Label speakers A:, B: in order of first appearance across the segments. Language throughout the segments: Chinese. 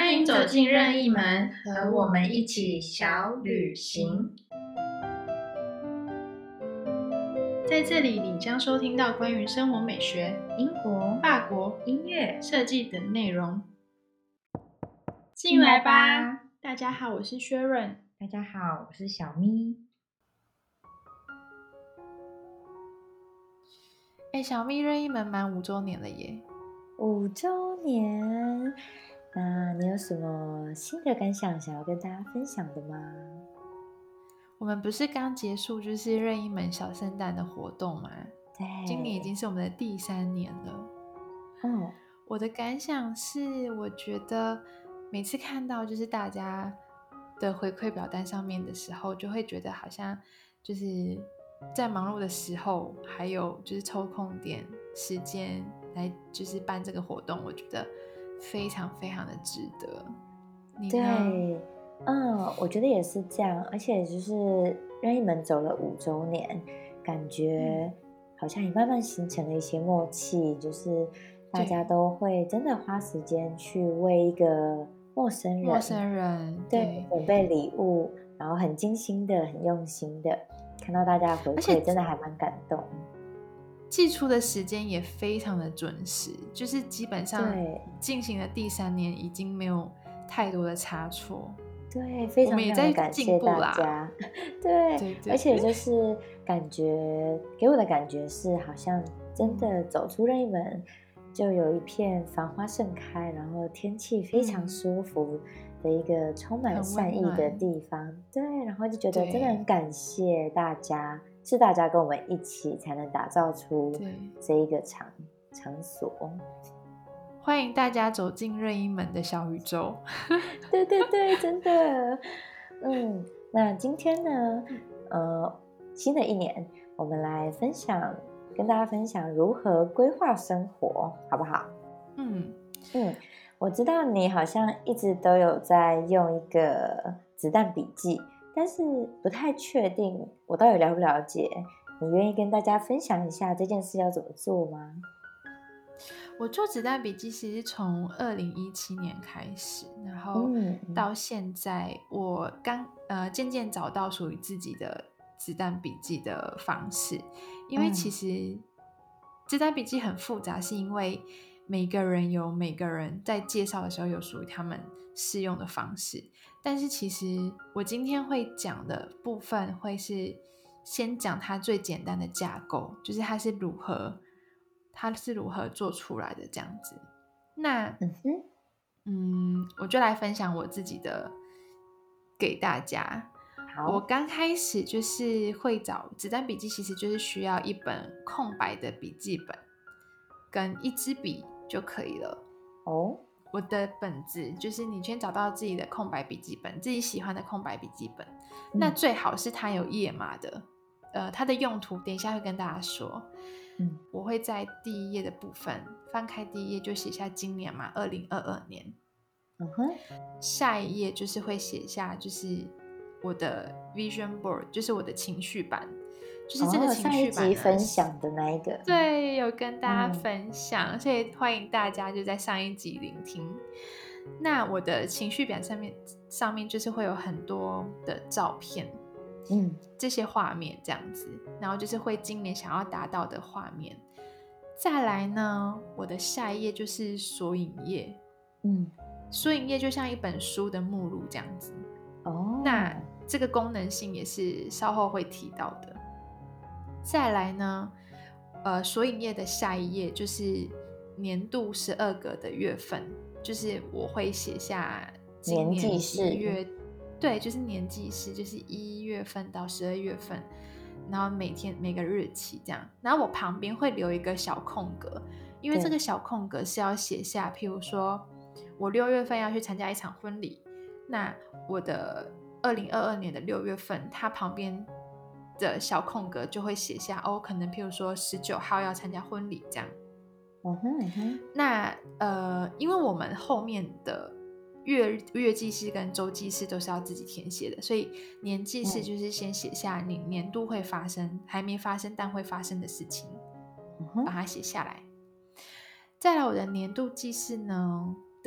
A: 欢迎走进任意门，和我们一起小旅行。在这里，你将收听到关于生活美学、
B: 英国、
A: 法国、
B: 音乐、
A: 设计等内容。
B: 进来吧！
A: 大家好，我是薛润。
B: 大家好，我是小咪。
A: 小咪任意门满5周年了耶
B: ！5周年，那你有什么新的感想想要跟大家分享的吗？
A: 我们不是刚结束就是任意门小圣诞的活动吗？
B: 对，
A: 今年已经是我们的第3年了。我的感想是，我觉得每次看到就是大家的回馈表单上面的时候，就会觉得好像就是在忙碌的时候，还有就是抽空点时间来就是办这个活动，我觉得非常非常的值得。你呢？
B: 对，我觉得也是这样，而且就是任意门走了5周年，感觉好像也慢慢形成了一些默契，就是大家都会真的花时间去为一个陌生人
A: 对
B: 准备礼物，然后很精心的、很用心的，看到大家的回馈，真的还蛮感动。
A: 寄出的时间也非常的准时，就是基本上进行了第3年，已经没有太多的差错。
B: 对，非常非常的感谢大家。对，而且就是感觉给我的感觉是，好像真的走出任意门，就有一片繁花盛开，然后天气非常舒服的一个充满善意的地方。对，然后就觉得真的很感谢大家，是大家跟我们一起才能打造出这一个场所。
A: 欢迎大家走进任意门的小宇宙。
B: 对对对，真的。那今天呢，新的一年，我们来跟大家分享如何规划生活，好不好？我知道你好像一直都有在用一个子弹笔记，但是不太确定我到底了不了解，你愿意跟大家分享一下这件事要怎么做吗？
A: 我做子弹笔记其实从2017年开始，然后到现在我渐渐找到属于自己的子弹笔记的方式。因为其实子弹笔记很复杂，是因为每个人在介绍的时候有属于他们适用的方式，但是其实我今天会讲的部分会是先讲它最简单的架构，就是它是如何做出来的这样子。那我就来分享我自己的给大家。我刚开始就是会找子弹笔记，其实就是需要一本空白的笔记本跟一支笔就可以了。我的本子就是你先找到自己的空白笔记本，自己喜欢的空白笔记本，那最好是它有页码的。它的用途等一下会跟大家说。我会在第1页的部分翻开第1页就写下今年嘛，2022年。下一页就是会写下就是我的 vision board， 就是我的情绪板，就是这个情绪板
B: 上一集分享的那一个。
A: 对，有跟大家分享，所以欢迎大家就在上一集聆听。那我的情绪板上面就是会有很多的照片，这些画面这样子，然后就是会今年想要达到的画面。再来呢，我的下一页就是索引页。索引页就像一本书的目录这样子。那这个功能性也是稍后会提到的。再来呢，索引页的下一页就是年度12个的月份，就是我会写下今年1月，对，就是年记事，就是1月份到12月份，然后每个日期这样。然后我旁边会留一个小空格，因为这个小空格是要写下，譬如说我6月份要去参加一场婚礼，那我的2022年的6月份，它旁边的小空格就会写下可能譬如说19号要参加婚礼这样。那因为我们后面的月记事跟周记事都是要自己填写的，所以年记事就是先写下你年度会发生还没发生但会发生的事情，把它写下来。再来我的年度记事呢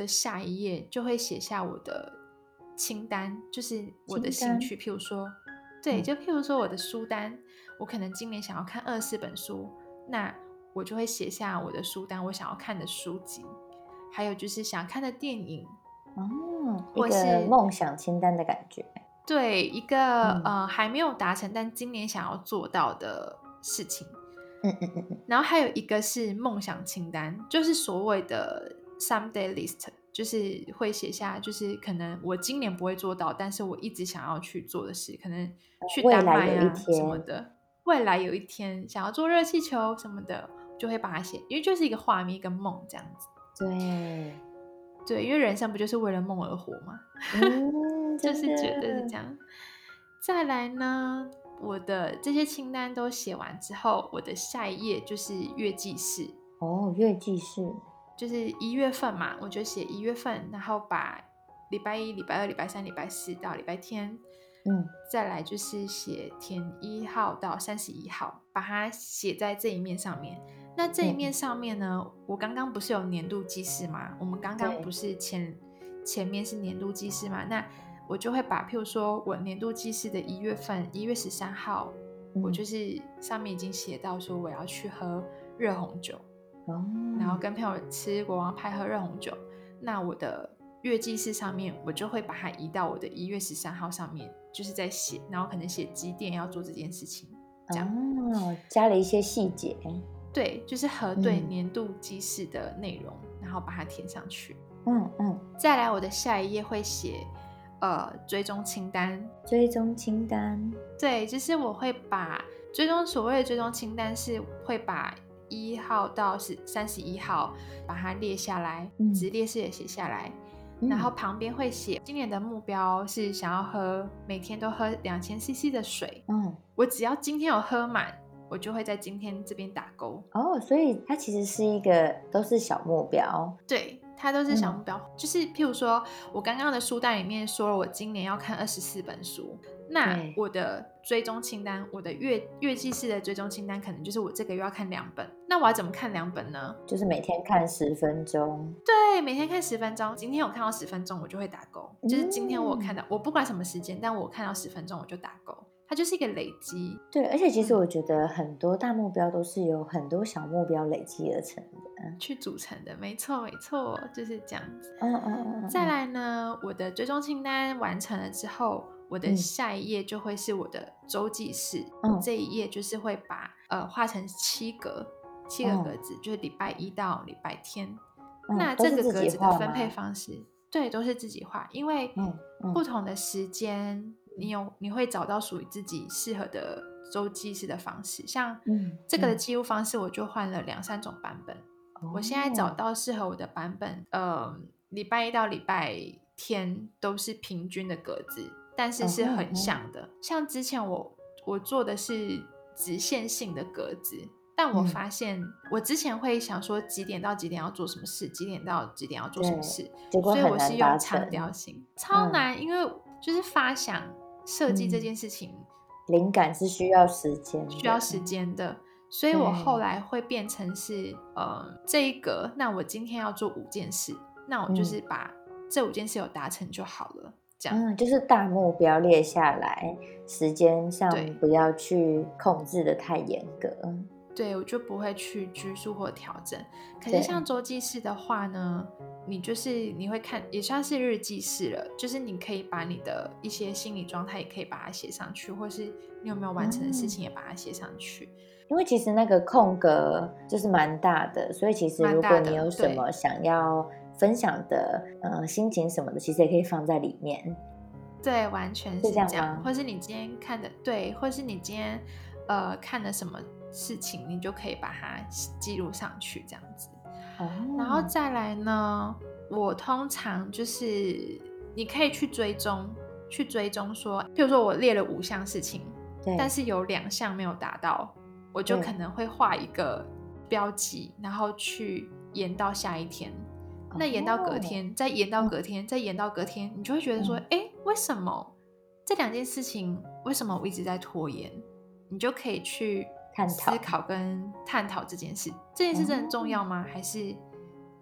A: 的下一页就会写下我的清单，就是我的兴趣。譬如说，对，就譬如说我的书单，我可能今年想要看24本书，那我就会写下我的书单，我想要看的书籍，还有就是想看的电影。
B: 一个梦想清单的感觉。
A: 对，一个还没有达成但今年想要做到的事情。然后还有一个是梦想清单，就是所谓的 someday list， 就是会写下就是可能我今年不会做到，但是我一直想要去做的事，可能去丹麦啊什么的，未来有一天想要做热气球什么的，就会把它写，因为就是一个画面一个梦这样子。对，因为人生不就是为了梦而活吗？就是觉得是这样。再来呢，我的这些清单都写完之后，我的下一页就是月记事。
B: 月记事
A: 就是1月份嘛，我就写1月份，然后把礼拜一、礼拜二、礼拜三、礼拜四到礼拜天，再来就是写填1号到31号，把它写在这一面上面。那这一面上面呢，我刚刚不是有年度记事吗？我们刚刚不是前面是年度记事吗？那我就会把譬如说我年度记事的1月份1月13号，我就是上面已经写到说我要去喝热红酒，然后跟朋友吃国王派喝热红酒。那我的月记事上面我就会把它移到我的1月13号上面，就是在写，然后可能写几点要做这件事情这样。
B: 加了一些细节。
A: 对，就是核对年度记事的内容，然后把它填上去。再来我的下一页会写追踪清单。对，就是我会把所谓的追踪清单是会把1号到31号把它列下来，直列式也写下来，然后旁边会写今年的目标是想要每天都喝2000cc 的水。我只要今天有喝满，我就会在今天这边打勾。
B: 所以它其实是一个都是小目标。
A: 对，它都是小目标。就是譬如说我刚刚的书单里面说了我今年要看24本书，那我的追踪清单，我的月记式的追踪清单可能就是我这个月要看2本。那我要怎么看2本呢？
B: 就是每天看10分钟。
A: 对，每天看10分钟。今天我看到10分钟我就会打勾，就是今天我看到我不管什么时间，但我看到10分钟我就打勾，它就是一个累积。
B: 对，而且其实我觉得很多大目标都是由很多小目标累积而成的，
A: 去组成的。没错，就是这样子。再来呢，我的追踪清单完成了之后，我的下一页就会是我的周记事。这一页就是会把画成7个格子，就是礼拜一到礼拜天。那这个格子的分配方式，对，都是自己画，因为不同的时间你会找到属于自己适合的周记式的方式。像这个的记录方式我就换了2-3种版本。我现在找到适合我的版本，礼拜一到礼拜天都是平均的格子，但是是很像的。像之前我做的是直线性的格子，但我发现我之前会想说几点到几点要做什么事，几点到几点要做什么事，所以我是用长条形，超难。因为就是发想设计这件事情，
B: 灵感是需要时
A: 间的，所以我后来会变成是这一格，那我今天要做5件事，那我就是把这5件事有达成就好了，这样。
B: 就是大目标列下来，时间上不要去控制的太严格。
A: 对，我就不会去拘束或调整。可是像周记式的话呢，你会看，也算是日记式了，就是你可以把你的一些心理状态也可以把它写上去，或是你有没有完成的事情也把它写上去。
B: 因为其实那个空格就是蛮大的，所以其实如果你有什么想要分享的心情什么的，其实也可以放在里面。
A: 对，完全是这样。或是你今天看的，对，或是你今天看了什么事情，你就可以把它记录上去，这样子。然后再来呢，我通常就是你可以去追踪说，譬如说我列了5项事情，但是有2项没有达到，我就可能会画一个标记，然后去延到下一天。那延到隔天，再延到隔天，再延到隔天，你就会觉得说，为什么这2件事情，为什么我一直在拖延？你就可以去思考跟探讨这件事真的重要吗？还是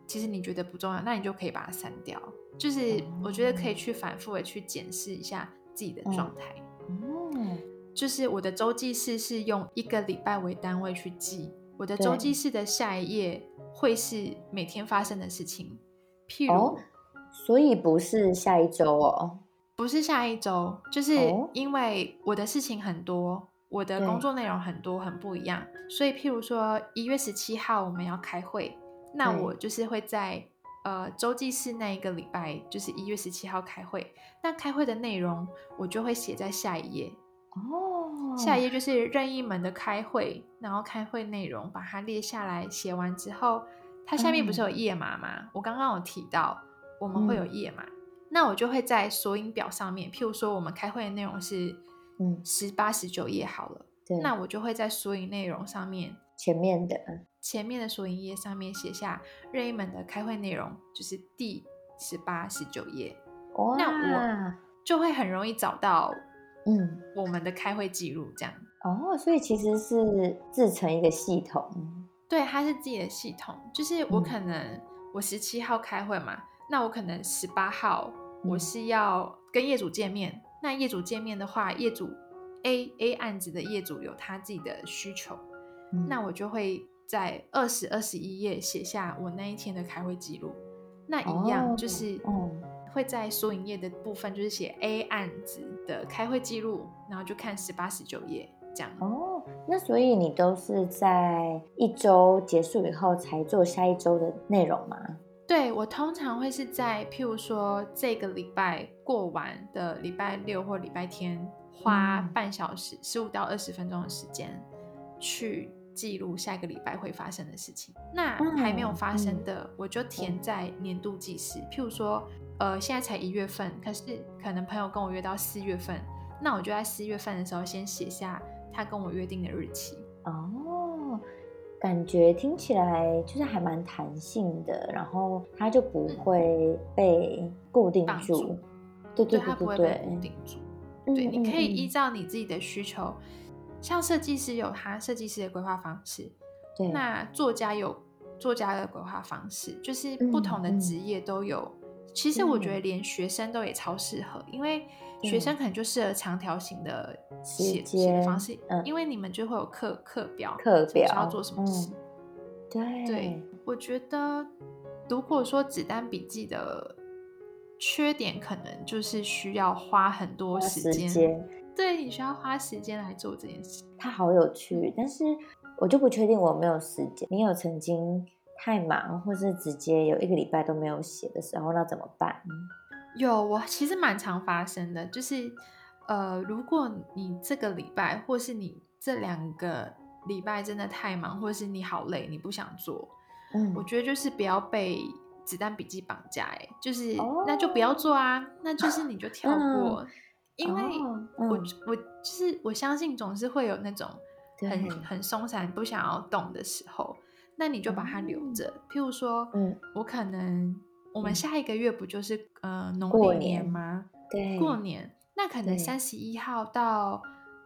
A: 其实你觉得不重要，那你就可以把它删掉。就是我觉得可以去反复的去检视一下自己的状态。就是我的周记事是用1个礼拜为单位去记，我的周记事的下一页会是每天发生的事情，譬如
B: 所以不是下一周哦，
A: 不是下一周，就是因为我的事情很多，我的工作内容很多，很不一样，所以譬如说1月17号我们要开会，那我就是会在周记事那一个礼拜，就是1月17号开会，那开会的内容我就会写在下一页。下一页就是任意门的开会，然后开会内容把它列下来，写完之后它下面不是有页码吗？我刚刚有提到我们会有页码，那我就会在索引表上面，譬如说我们开会的内容是18、19页好了，那我就会在索引内容上面
B: 前面的
A: 索引页上面写下任意门的开会内容，就是第18、19页。那我就会很容易找到我们的开会记录这样。
B: 所以其实是自成一个系统。
A: 对，它是自己的系统，就是我可能我17号开会嘛，那我可能18号我是要跟业主见面，那业主见面的话，业主 A 案子的业主有他自己的需求，那我就会在20、21页写下我那一天的开会记录。那一样就是会在索引页的部分就是写 A 案子的开会记录，然后就看18、19页这样。
B: 那所以你都是在1周结束以后才做下一周的内容吗？
A: 对，我通常会是在譬如说这个礼拜过完的礼拜6或礼拜天，花半小时15到20分钟的时间去记录下一个礼拜会发生的事情。那还没有发生的我就填在年度记事，譬如说现在才1月份，可是可能朋友跟我约到4月份，那我就在4月份的时候先写下他跟我约定的日期。
B: 感觉听起来就是还蛮弹性的，然后它就不会被固定住。对，
A: 它不会被固定住。对，你可以依照你自己的需求，像设计师有他设计师的规划方式，那作家有作家的规划方式，就是不同的职业都有。其实我觉得连学生都也超适合，因为学生可能就适合长条形的写的方式，因为你们就会有课表要做什么事。对，我觉得如果说子弹笔记的缺点可能就是需要花很多时间，对，你需要花时间来做这件事。
B: 它好有趣，但是我就不确定我没有时间。你有曾经太忙或是直接有1个礼拜都没有写的时候，那怎么办？
A: 有，我其实蛮常发生的，就是如果你这个礼拜或是你这2个礼拜真的太忙，或是你好累你不想做，我觉得就是不要被子弹笔记绑架，就是那就不要做啊，那就是你就跳过。因为我相信总是会有那种很松散不想要动的时候，那你就把它留着。譬如说我可能我们下一个月不就是农历年吗？
B: 对，
A: 过年，那可能31号到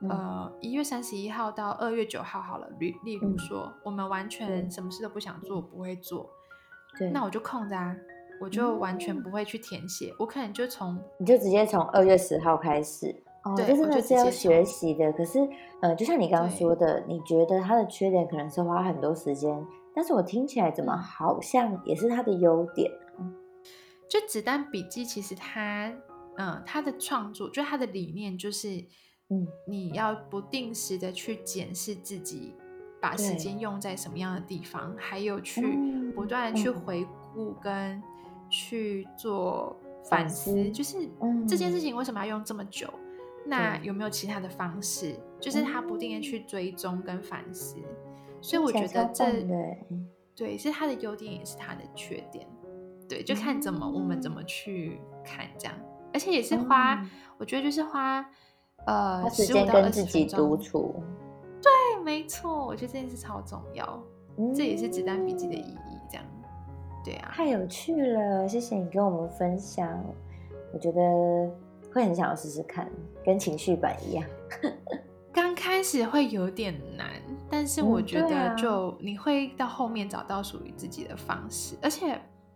A: 1月31号到2月9号好了，例如说我们完全什么事都不想做，不会做，那我就空着啊，我就完全不会去填写，我可能就
B: 你就直接从2月10号开始。这真的是要学习的。可是就像你刚刚说的，你觉得它的缺点可能是花很多时间，但是我听起来怎么好像也是它的优点。
A: 就子弹笔记其实它的创作，就它的理念就是你要不定时的去检视自己把时间用在什么样的地方，还有去不断的去回顾跟去做反思，就是这件事情为什么要用这么久，那有没有其他的方式，就是他不定的去追踪跟反思。所以我觉得对，是他的优点也是他的缺点，对，就看我们怎么去看这样。而且也是我觉得就是花
B: 时间跟自己独处。
A: 对，没错，我觉得这件事超重要，这也是子弹笔记的意义这样。对啊，
B: 太有趣了，谢谢你跟我们分享，我觉得会很想要试试看，跟情绪版一样。
A: 刚开始会有点难，但是我觉得就你会到后面找到属于自己的方式。而且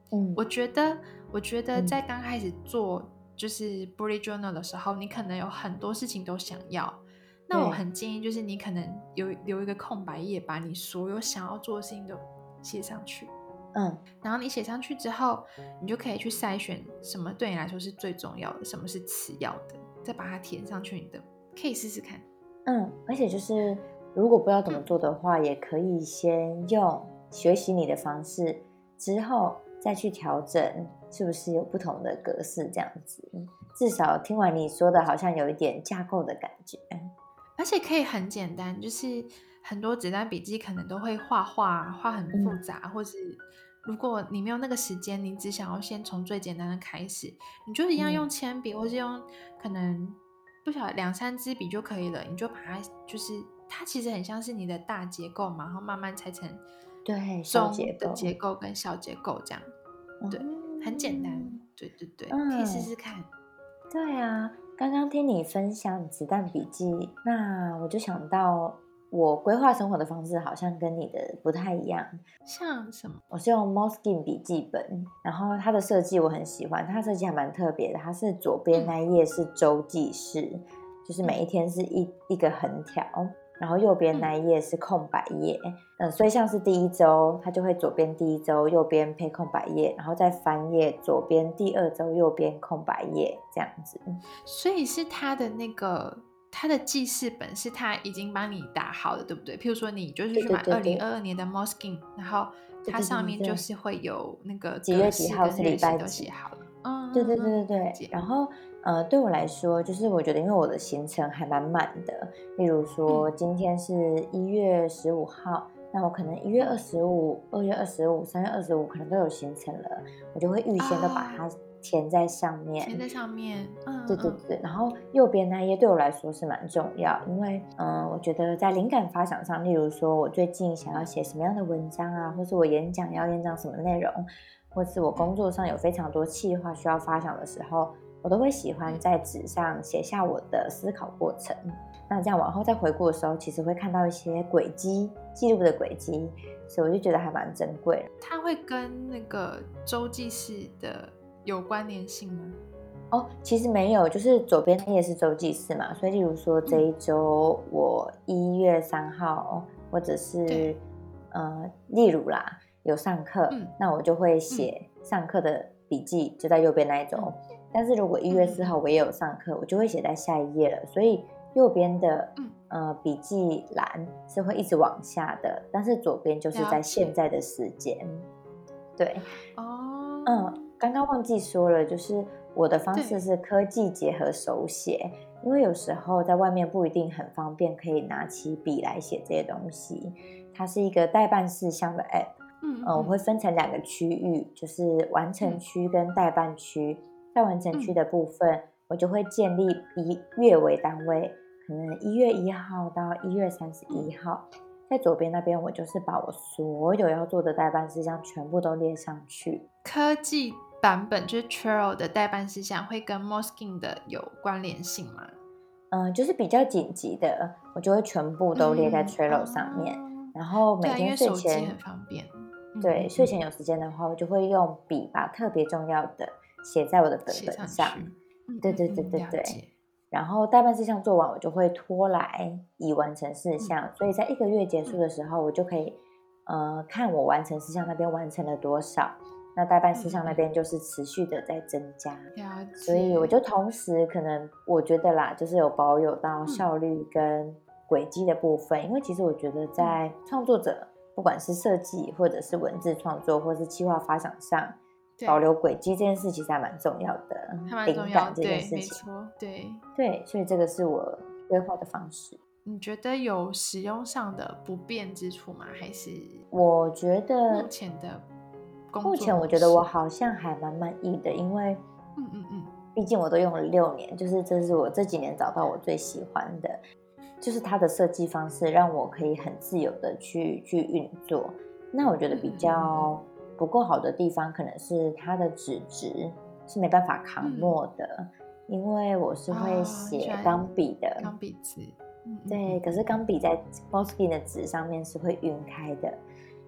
A: 我觉得在刚开始做就是 bullet journal 的时候，你可能有很多事情都想要，那我很建议就是你可能留一个空白页，把你所有想要做的事情都写上去。然后你写上去之后，你就可以去筛选什么对你来说是最重要的，什么是次要的，再把它填上去。可以试试看。
B: 而且就是如果不知道怎么做的话，也可以先用学习你的方式，之后再去调整是不是有不同的格式这样子。至少听完你说的，好像有一点架构的感觉。
A: 而且可以很简单，就是很多子弹笔记可能都会画很复杂，或是如果你没有那个时间，你只想要先从最简单的开始，你就一样用铅笔，或是用可能不晓得2-3支笔就可以了。你就把它，就是它其实很像是你的大结构嘛，然后慢慢拆成中的结构跟小结构这样。对，很简单。对，可以试试看。
B: 对啊，刚刚听你分享子弹笔记，那我就想到我规划生活的方式好像跟你的不太一样。
A: 像什么？
B: 我是用 Moleskine 笔记本，然后它的设计我很喜欢，它的设计还蛮特别的。它是左边那一页是周记式，就是每一天是一个横条，然后右边那一页是空白页。所以像是第一周，它就会左边第一周，右边配空白页，然后再翻页，左边第二周，右边空白页这样子。
A: 所以是它的记事本是它已经帮你打好的，对不对？譬如说你就是去买2022年的 Moleskine，然后它上面就是会有那个
B: 几月几号是礼拜几
A: 都写好了。
B: 对。然后对我来说，就是我觉得因为我的行程还蛮满的，例如说今天是1月15号，那我可能1月25、2月25、3月25可能都有行程了，我就会预先都把它填在上面。对。然后右边那一页对我来说是蛮重要，因为我觉得在灵感发想上，例如说我最近想要写什么样的文章啊，或是我演讲要演讲什么内容，或是我工作上有非常多企划需要发想的时候，我都会喜欢在纸上写下我的思考过程。那这样往后再回顾的时候，其实会看到一些轨迹，记录的轨迹，所以我就觉得还蛮珍贵的。
A: 它会跟那个周记式的有关联性吗？
B: 其实没有，就是左边那页是周记式嘛，所以例如说这一周我1月3号，或者是例如啦有上课，那我就会写上课的笔记，就在右边那一周。但是如果1月4号我也有上课，我就会写在下一页了，所以右边的笔记栏是会一直往下的，但是左边就是在现在的时间。对，刚刚忘记说了，就是我的方式是科技结合手写，因为有时候在外面不一定很方便可以拿起笔来写这些东西。它是一个待办事项的 app，我会分成2个区域，就是完成区跟待办区。在完成区的部分，我就会建立以月为单位，可能1月1号到1月31号。在左边那边，我就是把我所有要做的待办事项全部都列上去。
A: 科技版本就是 Trello 的待办事项会跟 Moleskine 的有关联性吗？
B: 就是比较紧急的，我就会全部都列在 Trello 上面。然后每天睡前，
A: 因为手机很方便。
B: 对，睡前有时间的话，我就会用笔把特别重要的写在我的本本上。对。然后待办事项做完，我就会拖来已完成事项。所以在1个月结束的时候，我就可以看我完成事项那边完成了多少。那待办事项那边就是持续的在增加，所以我就同时可能我觉得啦，就是有保有到效率跟轨迹的部分。因为其实我觉得在创作者，不管是设计或者是文字创作或是企划发想上，保留轨迹这件事其实还蛮重要的，灵感这件事情。
A: 没错，
B: 对，所以这个是我规划的方式。
A: 你觉得有使用上的不便之处吗？还是
B: 我觉得目前我觉得我好像还蛮满意的，因为毕竟我都用了6年，就是这是我这几年找到我最喜欢的，就是它的设计方式让我可以很自由的去运作。那我觉得比较不够好的地方可能是它的纸质是没办法扛墨的，因为我是会写钢笔的，
A: 钢笔字。
B: 对，可是钢笔在 Moleskine 的纸上面是会晕开的。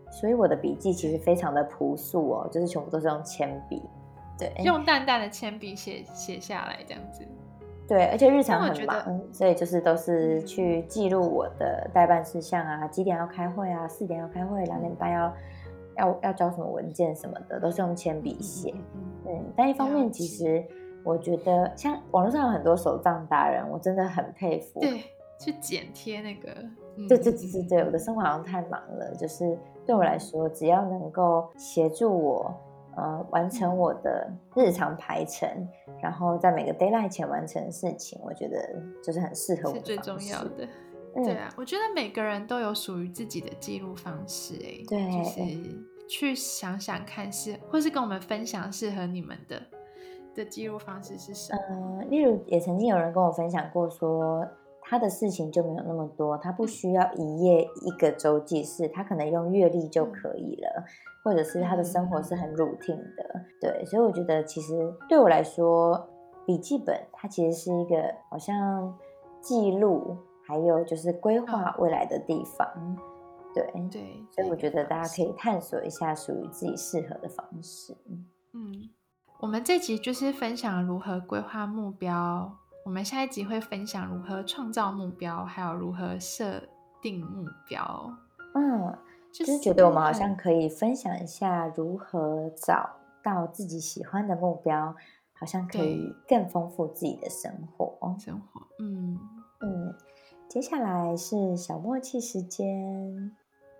B: 所以我的笔记其实非常的朴素哦，就是全部都是用铅笔，对，
A: 用淡淡的铅笔写下来这样子。
B: 对，而且日常很忙，所以就是都是去记录我的待办事项啊，几点要开会啊，4点要开会，2点半要交什么文件什么的，都是用铅笔写。但一方面其实我觉得像网络上有很多手账达人，我真的很佩服。
A: 对，去剪贴那个。
B: 对，我的生活好像太忙了，就是对我来说，只要能够协助我完成我的日常排程，然后在每个 deadline 前完成的事情，我觉得就是很适合我的方式，
A: 是最重要的。对啊，我觉得每个人都有属于自己的记录方式，
B: 对，
A: 就是去想想看或是跟我们分享适合你们的记录方式是什么。
B: 例如也曾经有人跟我分享过说，他的事情就没有那么多，他不需要一页一个周记事，他可能用月历就可以了，或者是他的生活是很 routine 的。对，所以我觉得其实对我来说，笔记本它其实是一个好像记录还有就是规划未来的地方。对，所以我觉得大家可以探索一下属于自己适合的方式。
A: 我们这集就是分享如何规划目标，我们下一集会分享如何创造目标，还有如何设定目标。
B: 就是觉得我们好像可以分享一下如何找到自己喜欢的目标，好像可以更丰富自己的生活。接下来是小默契时间。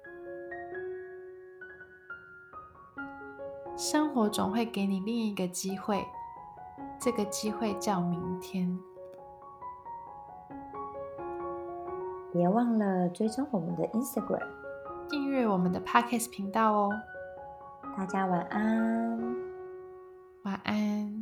A: 生活总会给你另一个机会，这个机会叫明天。
B: 别忘了追踪我们的 Instagram，
A: 订阅我们的 Podcast 频道哦。
B: 大家晚安。
A: 晚安。